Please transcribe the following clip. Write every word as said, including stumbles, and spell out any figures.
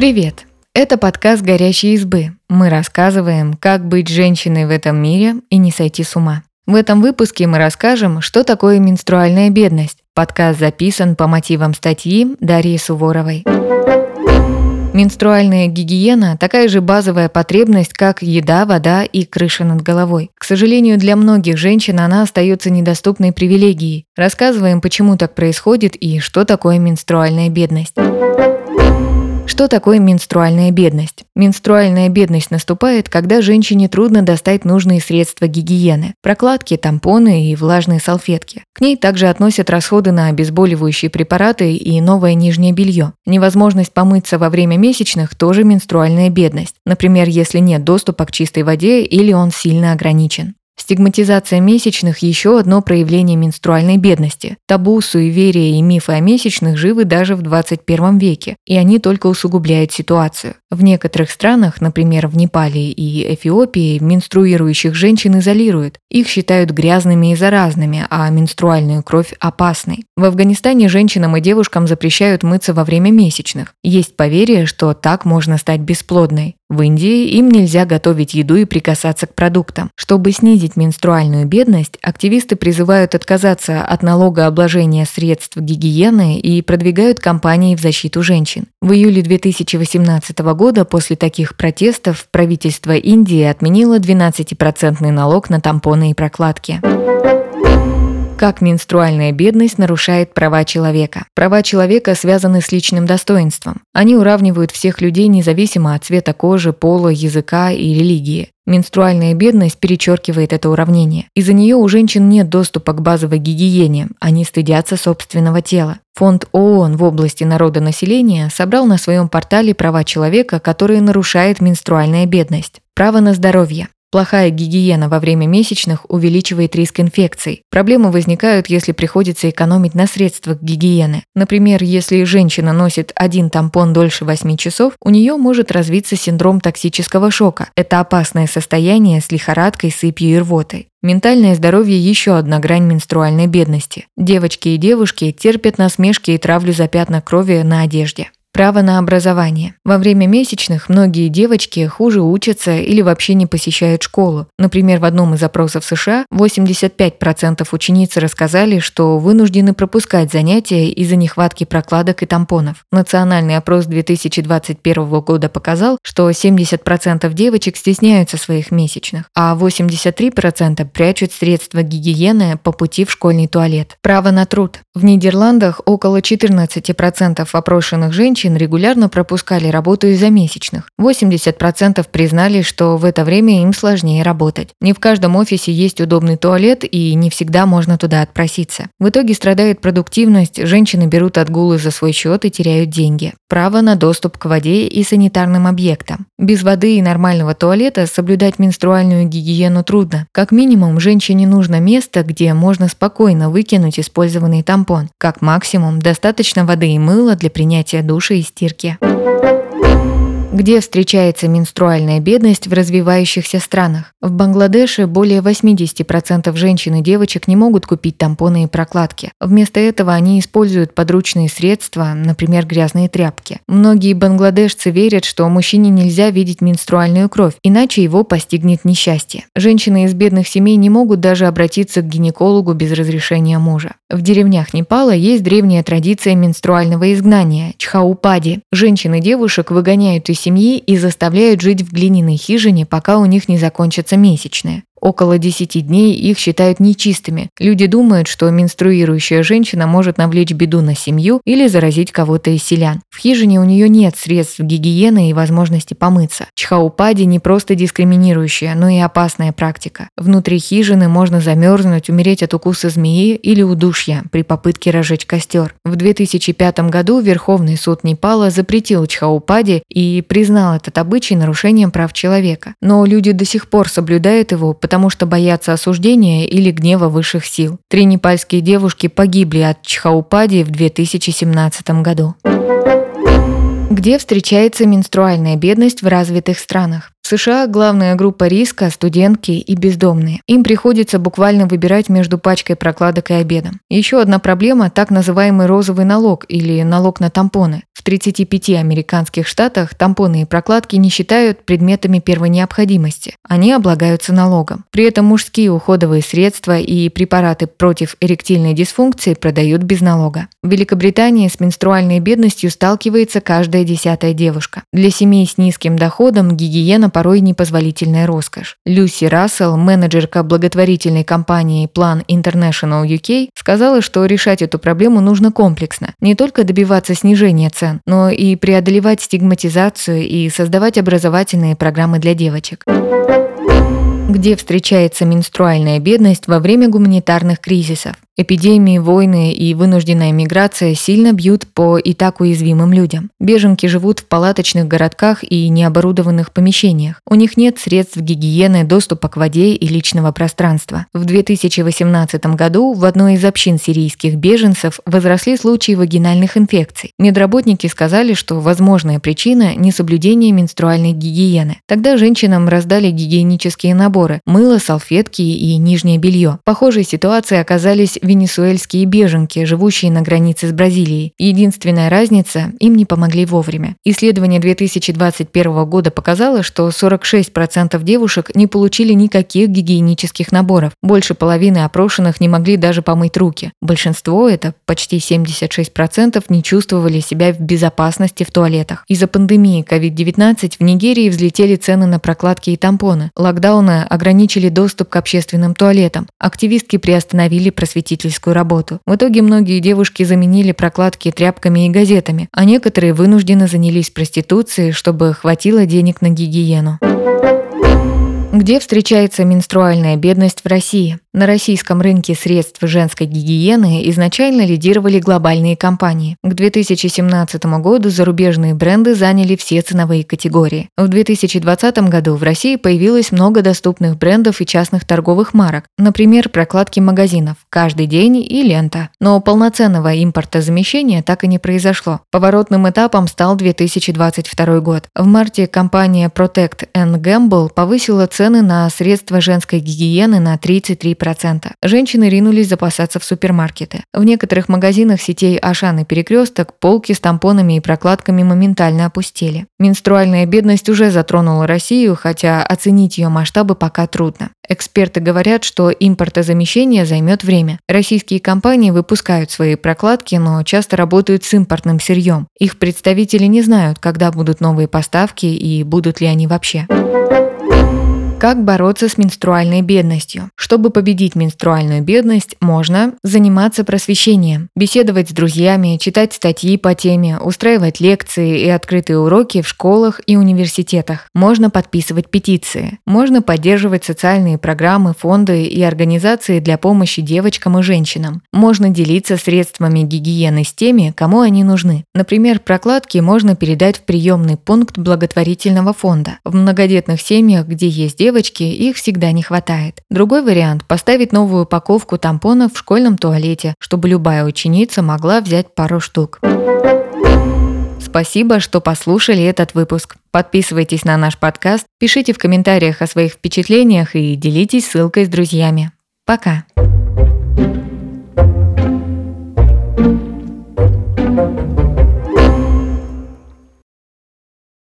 Привет! Это подкаст «Горящие избы». Мы рассказываем, как быть женщиной в этом мире и не сойти с ума. В этом выпуске мы расскажем, что такое менструальная бедность. Подкаст записан по мотивам статьи Дарьи Суворовой. Менструальная гигиена – такая же базовая потребность, как еда, вода и крыша над головой. К сожалению, для многих женщин она остается недоступной привилегией. Рассказываем, почему так происходит и что такое менструальная бедность. Что такое менструальная бедность? Менструальная бедность наступает, когда женщине трудно достать нужные средства гигиены – прокладки, тампоны и влажные салфетки. К ней также относят расходы на обезболивающие препараты и новое нижнее белье. Невозможность помыться во время месячных – тоже менструальная бедность. Например, если нет доступа к чистой воде или он сильно ограничен. Стигматизация месячных – еще одно проявление менструальной бедности. Табу, суеверия и мифы о месячных живы даже в двадцать первом веке, и они только усугубляют ситуацию. В некоторых странах, например, в Непале и Эфиопии, менструирующих женщин изолируют. Их считают грязными и заразными, а менструальную кровь – опасной. В Афганистане женщинам и девушкам запрещают мыться во время месячных. Есть поверье, что так можно стать бесплодной. В Индии им нельзя готовить еду и прикасаться к продуктам. Чтобы снизить менструальную бедность, активисты призывают отказаться от налогообложения средств гигиены и продвигают кампании в защиту женщин. В июле две тысячи восемнадцатого года после таких протестов правительство Индии отменило двенадцатипроцентный налог на тампоны и прокладки. Как менструальная бедность нарушает права человека. Права человека связаны с личным достоинством. Они уравнивают всех людей независимо от цвета кожи, пола, языка и религии. Менструальная бедность перечеркивает это уравнение. Из-за нее у женщин нет доступа к базовой гигиене, они стыдятся собственного тела. Фонд ООН в области народонаселения собрал на своем портале права человека, которые нарушает менструальная бедность. Право на здоровье. Плохая гигиена во время месячных увеличивает риск инфекций. Проблемы возникают, если приходится экономить на средствах гигиены. Например, если женщина носит один тампон дольше восьми часов, у нее может развиться синдром токсического шока. Это опасное состояние с лихорадкой, сыпью и рвотой. Ментальное здоровье – еще одна грань менструальной бедности. Девочки и девушки терпят насмешки и травлю за пятна крови на одежде. Право на образование. Во время месячных многие девочки хуже учатся или вообще не посещают школу. Например, в одном из опросов США восемьдесят пять процентов учениц рассказали, что вынуждены пропускать занятия из-за нехватки прокладок и тампонов. Национальный опрос две тысячи двадцать первого года показал, что семьдесят процентов девочек стесняются своих месячных, а восемьдесят три процента прячут средства гигиены по пути в школьный туалет. Право на труд. В Нидерландах около четырнадцать процентов опрошенных женщин регулярно пропускали работу из-за месячных. восемьдесят процентов признали, что в это время им сложнее работать. Не в каждом офисе есть удобный туалет и не всегда можно туда отпроситься. В итоге страдает продуктивность, женщины берут отгулы за свой счет и теряют деньги. Право на доступ к воде и санитарным объектам. Без воды и нормального туалета соблюдать менструальную гигиену трудно. Как минимум, женщине нужно место, где можно спокойно выкинуть использованный тампон. Как максимум, достаточно воды и мыла для принятия душа и стирки. Где встречается менструальная бедность в развивающихся странах? В Бангладеше более восемьдесят процентов женщин и девочек не могут купить тампоны и прокладки. Вместо этого они используют подручные средства, например, грязные тряпки. Многие бангладешцы верят, что мужчине нельзя видеть менструальную кровь, иначе его постигнет несчастье. Женщины из бедных семей не могут даже обратиться к гинекологу без разрешения мужа. В деревнях Непала есть древняя традиция менструального изгнания – чхаупади. Женщин и девушек выгоняют из семьи и заставляют жить в глиняной хижине, пока у них не закончатся месячные. Около десяти дней их считают нечистыми. Люди думают, что менструирующая женщина может навлечь беду на семью или заразить кого-то из селян. В хижине у нее нет средств гигиены и возможности помыться. Чхаупади не просто дискриминирующая, но и опасная практика. Внутри хижины можно замерзнуть, умереть от укуса змеи или удушья при попытке разжечь костер. В две тысячи пятом году Верховный суд Непала запретил чхаупади и признал этот обычай нарушением прав человека. Но люди до сих пор соблюдают его, потому потому что боятся осуждения или гнева высших сил. Три непальские девушки погибли от чхаупади в две тысячи семнадцатом году. Где встречается менструальная бедность в развитых странах? В США главная группа риска – студентки и бездомные. Им приходится буквально выбирать между пачкой прокладок и обедом. Еще одна проблема – так называемый розовый налог или налог на тампоны. В тридцати пяти американских штатах тампоны и прокладки не считают предметами первой необходимости. Они облагаются налогом. При этом мужские уходовые средства и препараты против эректильной дисфункции продают без налога. В Великобритании с менструальной бедностью сталкивается каждая десятая девушка. Для семей с низким доходом гигиена порой непозволительная роскошь. Люси Рассел, менеджерка благотворительной компании Plan International ю кей, сказала, что решать эту проблему нужно комплексно. Не только добиваться снижения цен, но и преодолевать стигматизацию и создавать образовательные программы для девочек. Где встречается менструальная бедность во время гуманитарных кризисов? Эпидемии, войны и вынужденная миграция сильно бьют по и так уязвимым людям. Беженки живут в палаточных городках и необорудованных помещениях. У них нет средств гигиены, доступа к воде и личного пространства. В две тысячи восемнадцатом году в одной из общин сирийских беженцев возросли случаи вагинальных инфекций. Медработники сказали, что возможная причина – несоблюдение менструальной гигиены. Тогда женщинам раздали гигиенические наборы – мыло, салфетки и нижнее белье. В похожей ситуации оказались венесуэльские беженки, живущие на границе с Бразилией. Единственная разница – им не помогли вовремя. Исследование две тысячи двадцать первого года показало, что сорок шесть процентов девушек не получили никаких гигиенических наборов. Больше половины опрошенных не могли даже помыть руки. Большинство, это почти семьдесят шесть процентов, не чувствовали себя в безопасности в туалетах. Из-за пандемии ковид девятнадцать в Нигерии взлетели цены на прокладки и тампоны. Локдауны ограничили доступ к общественным туалетам. Активистки приостановили просветительскую работу. В итоге многие девушки заменили прокладки тряпками и газетами, а некоторые вынуждены занялись проституцией, чтобы хватило денег на гигиену. Где встречается менструальная бедность в России? На российском рынке средств женской гигиены изначально лидировали глобальные компании. К две тысячи семнадцатому году зарубежные бренды заняли все ценовые категории. В две тысячи двадцатом году в России появилось много доступных брендов и частных торговых марок, например, прокладки магазинов «Каждый день» и «Лента». Но полноценного импортозамещения так и не произошло. Поворотным этапом стал две тысячи двадцать второй год. В марте компания Procter энд Gamble повысила цены на средства женской гигиены на тридцать три процента. Женщины ринулись запасаться в супермаркеты. В некоторых магазинах сетей Ашан и Перекресток полки с тампонами и прокладками моментально опустели. Менструальная бедность уже затронула Россию, хотя оценить ее масштабы пока трудно. Эксперты говорят, что импортозамещение займет время. Российские компании выпускают свои прокладки, но часто работают с импортным сырьем. Их представители не знают, когда будут новые поставки и будут ли они вообще. Как бороться с менструальной бедностью? Чтобы победить менструальную бедность, можно заниматься просвещением, беседовать с друзьями, читать статьи по теме, устраивать лекции и открытые уроки в школах и университетах. Можно подписывать петиции. Можно поддерживать социальные программы, фонды и организации для помощи девочкам и женщинам. Можно делиться средствами гигиены с теми, кому они нужны. Например, прокладки можно передать в приемный пункт благотворительного фонда. В многодетных семьях, где есть девочки, Девочки, их всегда не хватает. Другой вариант – поставить новую упаковку тампонов в школьном туалете, чтобы любая ученица могла взять пару штук. Спасибо, что послушали этот выпуск. Подписывайтесь на наш подкаст, пишите в комментариях о своих впечатлениях и делитесь ссылкой с друзьями. Пока!